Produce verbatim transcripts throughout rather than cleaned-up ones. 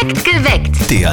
Geweckt. Der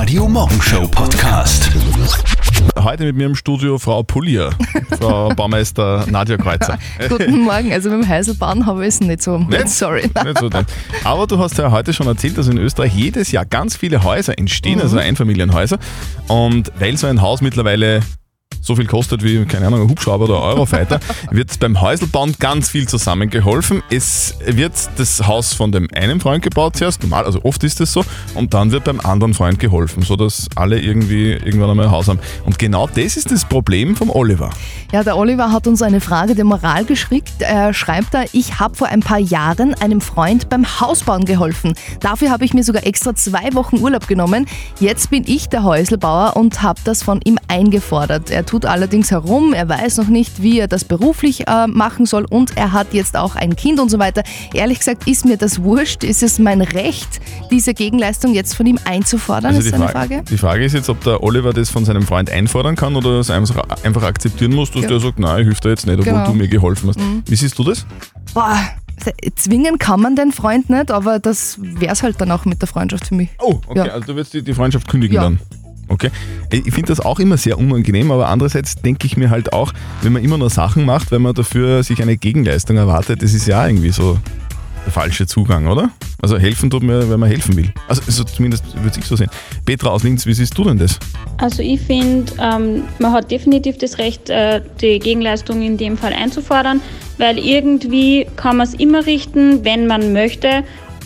Live-Radio-Morgenshow-Podcast. Heute mit mir im Studio Frau Polier, Frau Baumeister Nadja Kreuzer. Guten Morgen, also mit dem Häuselbauen habe ich es nicht so. Nicht? Sorry. Nicht so, nicht. Aber du hast ja heute schon erzählt, dass in Österreich jedes Jahr ganz viele Häuser entstehen, mhm. also Einfamilienhäuser. Und weil so ein Haus mittlerweile so viel kostet wie, keine Ahnung, ein Hubschrauber oder ein Eurofighter, wird beim Häuselbauen ganz viel zusammengeholfen. Es wird das Haus von dem einen Freund gebaut zuerst, normal, also oft ist das so, und dann wird beim anderen Freund geholfen, sodass alle irgendwie irgendwann einmal ein Haus haben. Und genau das ist das Problem vom Oliver. Ja, der Oliver hat uns eine Frage der Moral geschickt. Er schreibt da, ich habe vor ein paar Jahren einem Freund beim Hausbauen geholfen. Dafür habe ich mir sogar extra zwei Wochen Urlaub genommen. Jetzt bin ich der Häuselbauer und habe das von ihm eingefordert. Er tut allerdings herum, er weiß noch nicht, wie er das beruflich äh, machen soll und er hat jetzt auch ein Kind und so weiter. Ehrlich gesagt ist mir das wurscht. Ist es mein Recht, diese Gegenleistung jetzt von ihm einzufordern? Also ist die eine Frage, Frage. Die Frage ist jetzt, ob der Oliver das von seinem Freund einfordern kann oder es einfach akzeptieren muss, dass ja. der sagt, nein, ich helfe dir jetzt nicht, obwohl genau. du mir geholfen hast. Mhm. Wie siehst du das? Boah, zwingen kann man den Freund nicht, aber das wäre es halt dann auch mit der Freundschaft für mich. Oh, okay, Ja. also du willst die, die Freundschaft kündigen Ja. dann? Okay. Ich finde das auch immer sehr unangenehm, aber andererseits denke ich mir halt auch, wenn man immer nur Sachen macht, weil man dafür sich eine Gegenleistung erwartet, das ist ja irgendwie so der falsche Zugang, oder? Also helfen tut man, wenn man helfen will. Also, also zumindest würde ich so sehen. Petra aus Linz, wie siehst du denn das? Also ich finde, ähm, man hat definitiv das Recht, äh, die Gegenleistung in dem Fall einzufordern, weil irgendwie kann man es immer richten, wenn man möchte.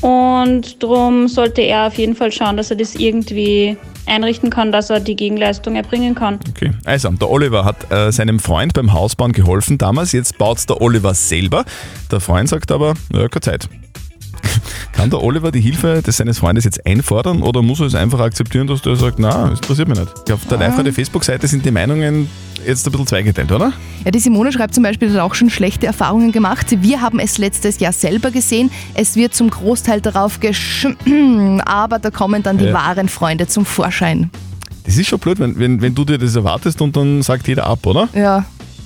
Und darum sollte er auf jeden Fall schauen, dass er das irgendwie einrichten kann, dass er die Gegenleistung erbringen kann. Okay, also der Oliver hat äh, seinem Freund beim Hausbauen geholfen damals, jetzt baut der Oliver selber. Der Freund sagt aber, ja, keine Zeit. Kann der Oliver die Hilfe des seines Freundes jetzt einfordern oder muss er es einfach akzeptieren, dass der sagt, nein, das interessiert mich nicht? Auf der Live-Radio-Facebook-Seite sind die Meinungen jetzt ein bisschen zweigeteilt, oder? Ja, die Simone schreibt zum Beispiel, hat auch schon schlechte Erfahrungen gemacht. Wir haben es letztes Jahr selber gesehen. Es wird zum Großteil darauf geschm, aber da kommen dann die Ja. wahren Freunde zum Vorschein. Das ist schon blöd, wenn, wenn, wenn du dir das erwartest und dann sagt jeder ab, oder? Ja.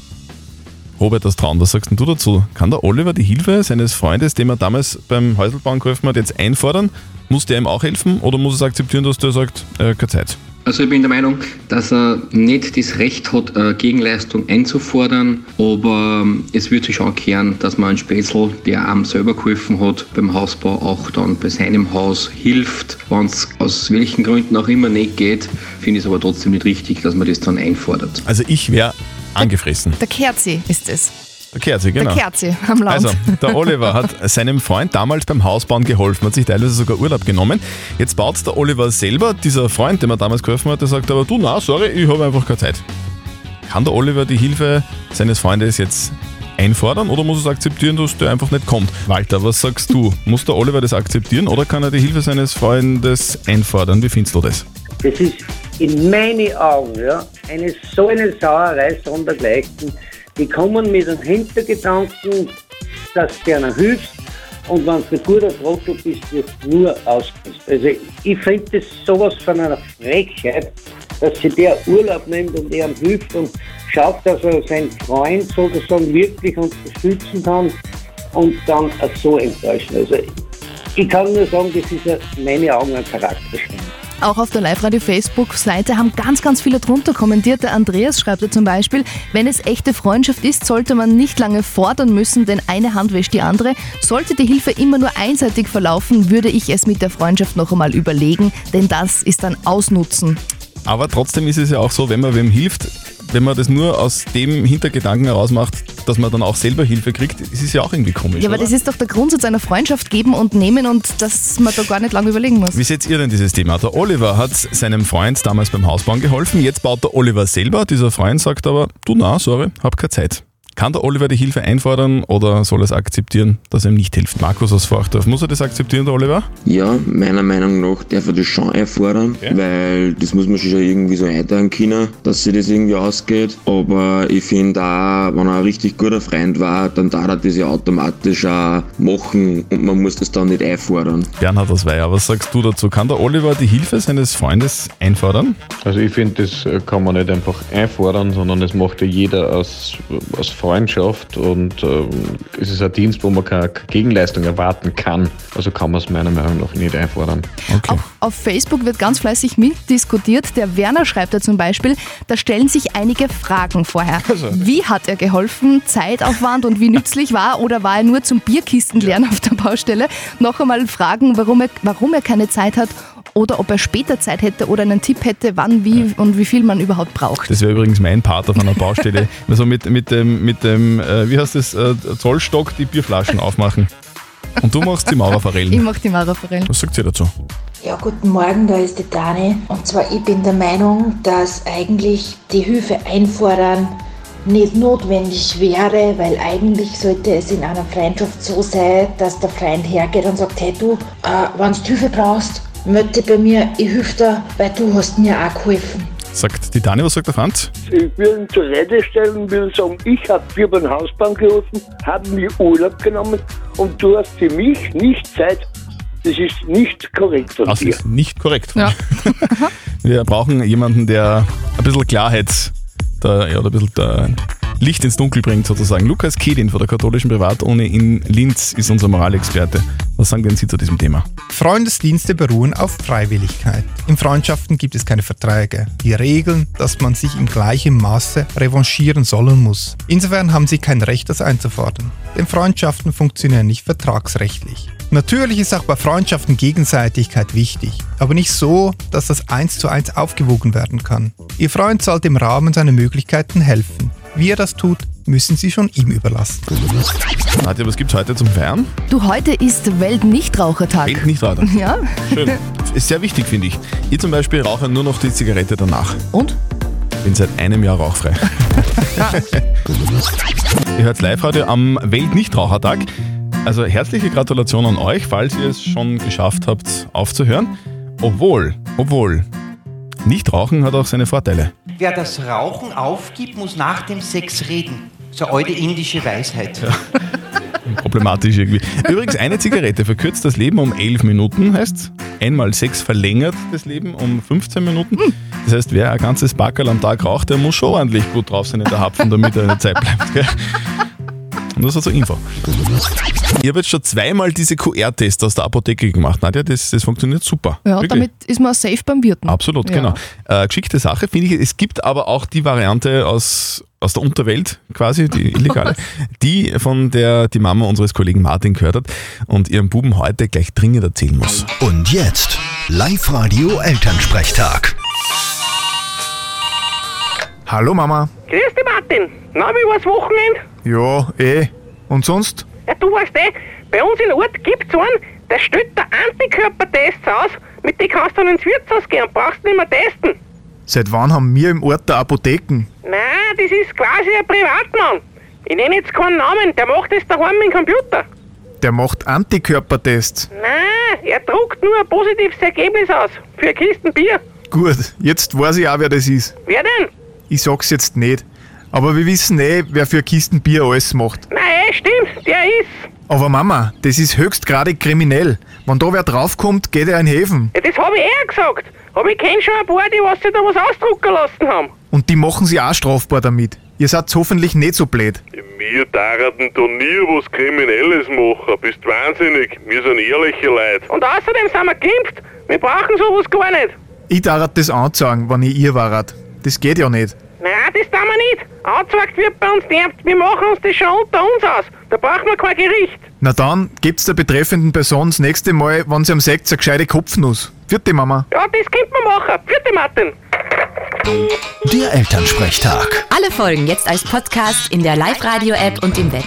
Robert aus Traun, was sagst denn du dazu? Kann der Oliver die Hilfe seines Freundes, dem er damals beim Häuselbauen geholfen hat, jetzt einfordern? Muss der ihm auch helfen oder muss er es akzeptieren, dass der sagt, äh, keine Zeit? Also ich bin der Meinung, dass er nicht das Recht hat, Gegenleistung einzufordern, aber es wird sich schon kehren, dass man einen Spätzl, der einem selber geholfen hat, beim Hausbau auch dann bei seinem Haus hilft. Wenn es aus welchen Gründen auch immer nicht geht, finde ich es aber trotzdem nicht richtig, dass man das dann einfordert. Also ich wäre angefressen. Der Kerzi ist es. Der Kerzi, genau. Der Kerzi am Land. Also, der Oliver hat seinem Freund damals beim Hausbauen geholfen, hat sich teilweise sogar Urlaub genommen. Jetzt baut der Oliver selber, dieser Freund, dem er damals geholfen hat, der sagt aber, du, na, sorry, ich habe einfach keine Zeit. Kann der Oliver die Hilfe seines Freundes jetzt einfordern oder muss er es akzeptieren, dass der einfach nicht kommt? Walter, was sagst du? Muss der Oliver das akzeptieren oder kann er die Hilfe seines Freundes einfordern? Wie findest du das? Das ist in meinen Augen ja, eine so eine Sauerei sondergleichen. Die kommen mit einem Hintergedanken, dass du einer hilfst und wenn du ein guter Trottel bist, wirst du nur ausgenutzt. Also ich finde das sowas von einer Frechheit, dass sich der Urlaub nimmt und ihm hilft und schaut, dass er seinen Freund sozusagen wirklich unterstützen kann und dann so enttäuschen. Also ich kann nur sagen, das ist in meinen Augen ein Charakterschwund. Auch auf der Live-Radio-Facebook-Seite haben ganz, ganz viele drunter kommentiert. Der Andreas schreibt da zum Beispiel, wenn es echte Freundschaft ist, sollte man nicht lange fordern müssen, denn eine Hand wäscht die andere. Sollte die Hilfe immer nur einseitig verlaufen, würde ich es mit der Freundschaft noch einmal überlegen, denn das ist dann Ausnutzen. Aber trotzdem ist es ja auch so, wenn man wem hilft, wenn man das nur aus dem Hintergedanken heraus macht, dass man dann auch selber Hilfe kriegt, ist es ja auch irgendwie komisch. Ja, aber oder? das ist doch der Grundsatz einer Freundschaft, geben und nehmen und dass man da gar nicht lange überlegen muss. Wie seht ihr denn dieses Thema? Der Oliver hat seinem Freund damals beim Hausbauen geholfen, jetzt baut der Oliver selber. Dieser Freund sagt aber, du na, sorry, hab keine Zeit. Kann der Oliver die Hilfe einfordern oder soll er es akzeptieren, dass er ihm nicht hilft? Markus aus Forchdorf, muss er das akzeptieren, der Oliver? Ja, meiner Meinung nach darf er das schon einfordern, Okay. weil das muss man schon irgendwie so einteilen können, dass sich das irgendwie ausgeht. Aber ich finde auch, wenn er ein richtig guter Freund war, dann darf er das ja automatisch auch machen und man muss das dann nicht einfordern. Bernhard aus Weiher, was sagst du dazu? Kann der Oliver die Hilfe seines Freundes einfordern? Also ich finde, das kann man nicht einfach einfordern, sondern das macht ja jeder aus, aus Freundschaft und ähm, es ist ein Dienst, wo man keine Gegenleistung erwarten kann. Also kann man es meiner Meinung nach nicht einfordern. Okay. Auch auf Facebook wird ganz fleißig mitdiskutiert. Der Werner schreibt da zum Beispiel, da stellen sich einige Fragen vorher. Also. Wie hat er geholfen? Zeitaufwand und wie nützlich war? Oder war er nur zum Bierkistenlernen auf der Baustelle? Noch einmal fragen, warum er, warum er keine Zeit hat oder ob er später Zeit hätte oder einen Tipp hätte, wann, wie und wie viel man überhaupt braucht. Das wäre übrigens mein Part auf einer Baustelle. Also mit, mit dem, mit dem äh, wie heißt das, äh, Zollstock die Bierflaschen aufmachen. Und du machst die Maurerforellen. Ich mache die Maurerforellen. Was sagt sie dazu? Ja, guten Morgen, da ist die Dani. Und zwar, ich bin der Meinung, dass eigentlich die Hilfe einfordern nicht notwendig wäre, weil eigentlich sollte es in einer Freundschaft so sein, dass der Freund hergeht und sagt, hey du, äh, wenn du Hilfe brauchst, melde dich bei mir, ich helfe dir, weil du hast mir auch geholfen. Sagt die Dani, was sagt der Franz? Ich will ihn zur Rede stellen und will sagen, ich habe dir beim Hausbahn geholfen, habe mir Urlaub genommen und du hast für mich nicht Zeit. Das ist nicht korrekt von Das dir. ist nicht korrekt. Ja. Wir brauchen jemanden, der ein bisschen Klarheit da, ja, oder ein bisschen da Licht ins Dunkel bringt sozusagen. Lukas Kedin von der katholischen Privatuni in Linz ist unser Moralexperte. Was sagen denn Sie zu diesem Thema? Freundesdienste beruhen auf Freiwilligkeit. In Freundschaften gibt es keine Verträge, die regeln, dass man sich im gleichen Maße revanchieren soll und muss. Insofern haben Sie kein Recht, das einzufordern. Denn Freundschaften funktionieren nicht vertragsrechtlich. Natürlich ist auch bei Freundschaften Gegenseitigkeit wichtig, aber nicht so, dass das eins zu eins aufgewogen werden kann. Ihr Freund sollte im Rahmen seiner Möglichkeiten helfen. Wie er das tut, müssen Sie schon ihm überlassen. Nadja, was gibt's heute zum Feiern? Du, heute ist Weltnichtrauchertag. Weltnichtraucher. Ja. Schön. Ist sehr wichtig, finde ich. Ich zum Beispiel rauche nur noch die Zigarette danach. Und? Bin seit einem Jahr rauchfrei. Ihr hört Live-Radio am Weltnichtrauchertag. Also herzliche Gratulation an euch, falls ihr es schon geschafft habt aufzuhören. Obwohl, obwohl, Nichtrauchen hat auch seine Vorteile. Wer das Rauchen aufgibt, muss nach dem Sex reden. So eine alte indische Weisheit. Ja. Problematisch irgendwie. Übrigens, eine Zigarette verkürzt das Leben um elf Minuten, heißt einmal sechs verlängert das Leben um fünfzehn Minuten. Das heißt, wer ein ganzes Packerl am Tag raucht, der muss schon ordentlich gut drauf sein in der Hapfen, damit er in der Zeit bleibt. Gell? Und das war so Info. Ich habe jetzt schon zweimal diese Q R-Tests aus der Apotheke gemacht. Nadja, das, das funktioniert super. Ja, Wirklich. damit ist man safe beim Wirten. Absolut, Ja. genau. Äh, geschickte Sache, finde ich. Es gibt aber auch die Variante aus, aus der Unterwelt quasi, die illegale, die von der die Mama unseres Kollegen Martin gehört hat und ihrem Buben heute gleich dringend erzählen muss. Und jetzt Live-Radio Elternsprechtag. Hallo Mama. Grüß dich, Martin. Na, wie war's Wochenende? Ja, eh. Und sonst? Ja, du weißt eh, bei uns in Ort gibt's einen, der stellt da Antikörpertests aus, mit denen kannst du dann ins Wirtshaus gehen, brauchst nicht mehr testen. Seit wann haben wir im Ort der Apotheken? Nein, das ist quasi ein Privatmann. Ich nenne jetzt keinen Namen, der macht das daheim mit dem Computer. Der macht Antikörpertests. Nein, er druckt nur ein positives Ergebnis aus, für eine Kiste Bier. Gut, jetzt weiß ich auch, wer das ist. Wer denn? Ich sag's jetzt nicht. Aber wir wissen eh, wer für Kisten Bier alles macht. Nein, eh, stimmt, der ist. Aber Mama, das ist höchstgradig kriminell. Wenn da wer draufkommt, geht er in Häfen. Ja, das habe ich eher gesagt. Aber ich kenn schon ein paar, die was sich da was ausdrucken lassen haben. Und die machen sie auch strafbar damit. Ihr seid hoffentlich nicht so blöd. Wir dürfen da nie was Kriminelles machen. Bist wahnsinnig. Wir sind ehrliche Leute. Und außerdem sind wir geimpft. Wir brauchen sowas gar nicht. Ich darf das anzeigen, wenn ich ihr waret. Das geht ja nicht. Nein, das tun wir nicht. Angezeigt wird bei uns nicht. Wir machen uns das schon unter uns aus. Da brauchen wir kein Gericht. Na dann, gebt's der betreffenden Person das nächste Mal, wenn sie am sagt, eine gescheite Kopfnuss. Vierte Mama. Ja, das könnte man machen. Vierte Martin. Der Elternsprechtag. Alle Folgen jetzt als Podcast in der Live-Radio-App und im Web.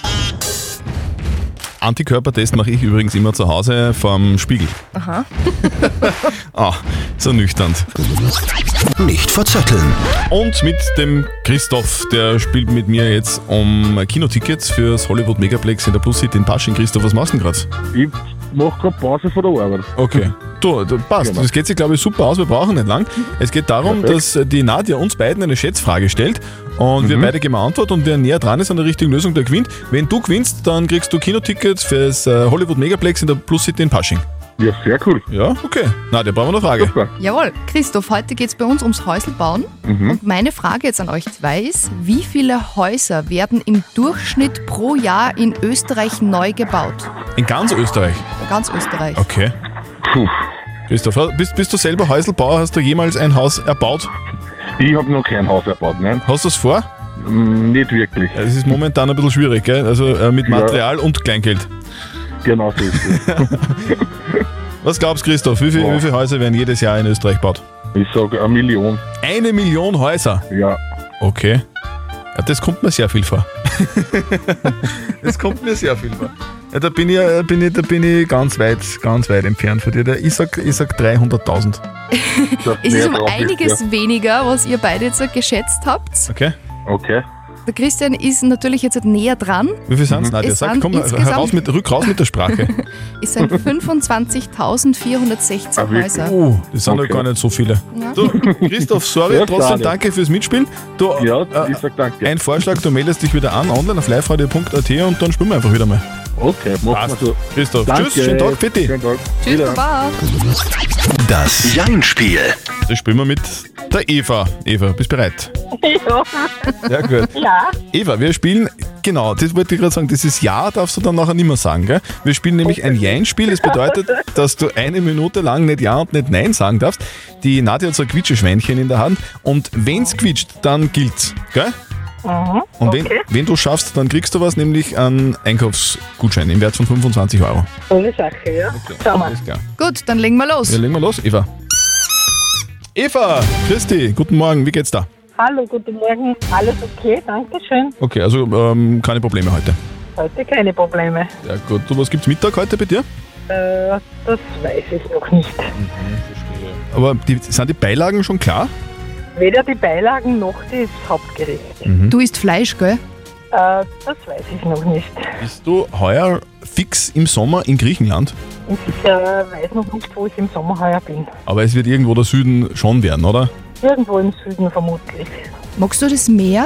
Antikörpertest mache ich übrigens immer zu Hause vorm Spiegel. Aha. Ah, so nüchtern. Nicht verzetteln. Und mit dem Christoph, der spielt mit mir jetzt um Kinotickets fürs Hollywood Megaplex in der Plus City in Pasching. Christoph, was machst du denn gerade? Ich mache gerade Pause von der Arbeit. Okay. Du, du passt. Genau. Das geht sich, glaube ich, super aus. Wir brauchen nicht lang. Es geht darum, Perfekt. dass die Nadja uns beiden eine Schätzfrage stellt und Mhm. wir beide geben eine Antwort und wer näher dran ist an der richtigen Lösung, der gewinnt. Wenn du gewinnst, dann kriegst du Kinotickets fürs äh, Hollywood Megaplex in der Plus City in Pasching. Ja, sehr cool. Ja, okay. Na, da brauchen wir eine Frage. Super. Jawohl. Christoph, heute geht es bei uns ums Häuselbauen. Mhm. Und meine Frage jetzt an euch zwei ist, wie viele Häuser werden im Durchschnitt pro Jahr in Österreich neu gebaut? In ganz Österreich? Ganz Österreich. Okay. Puh. Christoph, bist, bist du selber Häuselbauer? Hast du jemals ein Haus erbaut? Ich habe noch kein Haus erbaut, nein. Hast du es vor? Mm, nicht wirklich. Es ist momentan ein bisschen schwierig, gell? Also äh, mit Material Ja. und Kleingeld. Genau so ist es. Was glaubst du, Christoph? Wie, viel, Boah. wie viele Häuser werden jedes Jahr in Österreich gebaut? Ich sage eine Million. Eine Million Häuser? Ja. Okay. Ja, das kommt mir sehr viel vor. Das kommt mir sehr viel vor. Ja, da bin ich, äh, bin ich, da bin ich ganz weit, ganz weit entfernt von dir. Da- Ich sag, ich sag dreihunderttausend. Es ist um einiges weniger, was ihr beide jetzt geschätzt habt. Okay. Okay. Der Christian ist natürlich jetzt näher dran. Wie viel sind es, Nadja? Es Sag, sind komm, insgesamt- raus mit, rück raus mit der Sprache. Es sind fünfundzwanzigtausendvierhundertsechzehn Häuser. Uh, das sind ja Okay. gar nicht so viele. Ja. Du, Christoph, sorry, Ja, trotzdem schade. danke fürs Mitspielen. Du, Ja, äh, ich sag danke. ein Vorschlag, du meldest dich wieder an, online auf liveradio punkt at und dann spielen wir einfach wieder mal. Okay, machen wir Passt. so. Christoph, Danke. tschüss, schönen Tag, Fitti. Schönen Tag. Tschüss, Wieder. Baba. Das Jein-Spiel. Das spielen wir mit der Eva. Eva, bist bereit? Ja. Ja, gut. Ja. Eva, wir spielen, genau, das wollte ich gerade sagen, dieses Ja darfst du dann nachher nicht mehr sagen, gell? Wir spielen nämlich ein Jein-Spiel, das bedeutet, dass du eine Minute lang nicht Ja und nicht Nein sagen darfst. Die Nadja hat so ein Quietscheschweinchen in der Hand und wenn's quietscht, dann gilt's, gell? Mhm. Und wenn, Okay. wenn du schaffst, dann kriegst du was, nämlich einen Einkaufsgutschein im Wert von fünfundzwanzig Euro. Tolle Sache, ja. Schauen wir. Alles klar. Gut, dann legen wir los. Ja, legen wir los, Eva. Eva, Christi, guten Morgen, wie geht's da? Hallo, guten Morgen. Alles okay, danke schön. Okay, also ähm, keine Probleme heute. Heute keine Probleme. Ja gut, du, was gibt's Mittag heute bei dir? Äh, das weiß ich noch nicht. Aber die, sind die Beilagen schon klar? Weder die Beilagen noch das Hauptgericht. Mhm. Du isst Fleisch, gell? Äh, das weiß ich noch nicht. Bist du heuer fix im Sommer in Griechenland? Ich äh, weiß noch nicht, wo ich im Sommer heuer bin. Aber es wird irgendwo der Süden schon werden, oder? Irgendwo im Süden vermutlich. Magst du das Meer?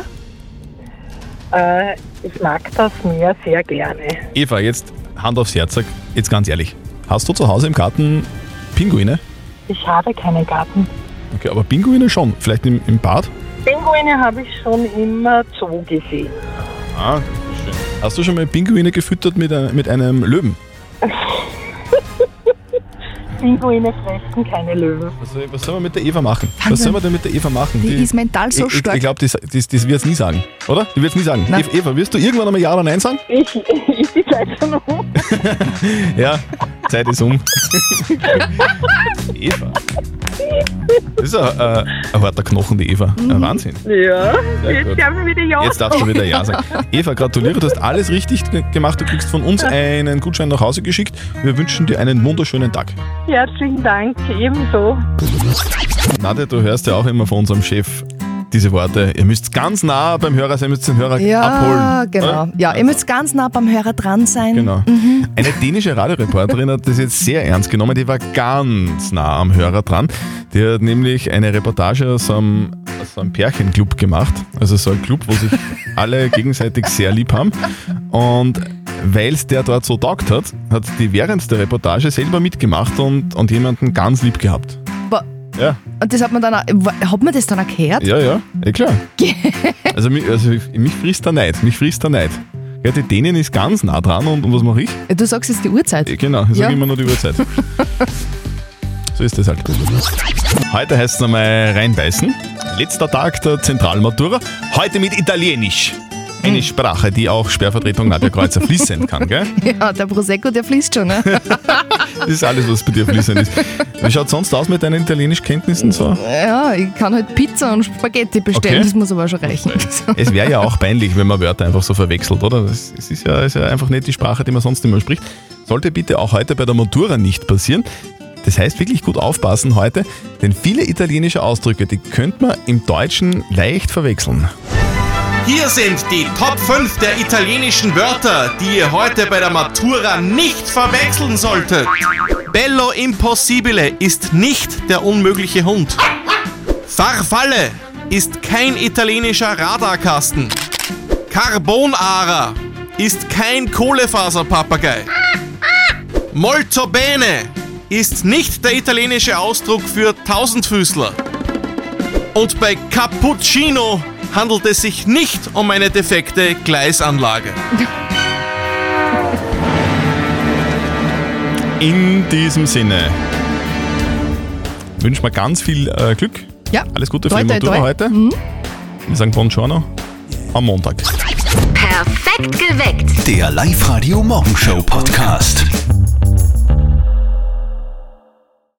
Äh, ich mag das Meer sehr gerne. Eva, jetzt Hand aufs Herz, sag jetzt ganz ehrlich. Hast du zu Hause im Garten Pinguine? Ich habe keinen Garten. Okay, aber Pinguine schon. Vielleicht im, im Bad? Pinguine habe ich schon im äh, Zoo gesehen. Ah, schön. Hast du schon mal Pinguine gefüttert mit, ein, mit einem Löwen? Pinguine fressen keine Löwen. Was soll, was soll man mit der Eva machen? Wahnsinn. Was soll man denn mit der Eva machen? Die ist mental so ich, stark. Ich, ich glaube, das, das, das wird es nie sagen, oder? Die wird es nie sagen. Nein. Eva, Eva, wirst du irgendwann einmal Ja oder Nein sagen? Ich, ist die Zeit schon um? Ja, Zeit ist um. Eva. Das ist ein, äh, ein harter Knochen, die Eva. Ein Wahnsinn. Ja, Sehr jetzt gut. darf ich wieder Ja. Jetzt darfst du wieder Ja sagen. Eva, gratuliere, du hast alles richtig ge- gemacht. Du kriegst von uns einen Gutschein nach Hause geschickt. Wir wünschen dir einen wunderschönen Tag. Herzlichen Dank, ebenso. Nadja, du hörst ja auch immer von unserem Chef diese Worte. Ihr müsst ganz nah beim Hörer sein, ihr müsst den Hörer Ja, abholen. genau. Oder? Ja, ihr müsst ganz nah beim Hörer dran sein. Genau. Mhm. Eine dänische Radioreporterin hat das jetzt sehr ernst genommen. Die war ganz nah am Hörer dran. Die hat nämlich eine Reportage aus einem, aus einem Pärchenclub gemacht. Also so ein Club, wo sich alle gegenseitig sehr lieb haben. Und weil es der dort so taugt hat, hat die während der Reportage selber mitgemacht und, und jemanden ganz lieb gehabt. Boah. Ja, Und das hat man dann auch, hat man das dann auch gehört? ja, ja, eh klar. Also, mich, also mich frisst der Neid, mich frisst der Neid. Ja, die Dänen ist ganz nah dran und, und was mache ich? Du sagst jetzt die Uhrzeit. Genau, ich Ja. sage immer nur die Uhrzeit. So ist das halt. Heute heißt es einmal reinbeißen. Letzter Tag der Zentralmatura. Heute mit Italienisch. Eine Sprache, die auch Sperrvertretung Nadja Kreuzer fließend kann, gell? Ja, der Prosecco, der fließt schon, ne? Das ist alles, was bei dir fließend ist. Wie schaut es sonst aus mit deinen Italienischkenntnissen so? Ja, ich kann halt Pizza und Spaghetti bestellen, Okay. das muss aber schon reichen. Es wäre ja auch peinlich, wenn man Wörter einfach so verwechselt, oder? Das, es ist ja, ist ja einfach nicht die Sprache, die man sonst immer spricht. Sollte bitte auch heute bei der Matura nicht passieren. Das heißt wirklich gut aufpassen heute, denn viele italienische Ausdrücke, die könnte man im Deutschen leicht verwechseln. Hier sind die Top fünf der italienischen Wörter, die ihr heute bei der Matura nicht verwechseln solltet. Bello impossibile ist nicht der unmögliche Hund. Farfalle ist kein italienischer Radarkasten. Carbonara ist kein Kohlefaserpapagei. Molto bene ist nicht der italienische Ausdruck für Tausendfüßler. Und bei Cappuccino handelt es sich nicht um eine defekte Gleisanlage. In diesem Sinne wünschen wir ganz viel äh, Glück. Ja. Alles Gute Toi, für die toi, Matura toi. heute. Mhm. Wir sagen Buongiorno am Montag. Perfekt geweckt. Der Live-Radio Morgenshow Podcast.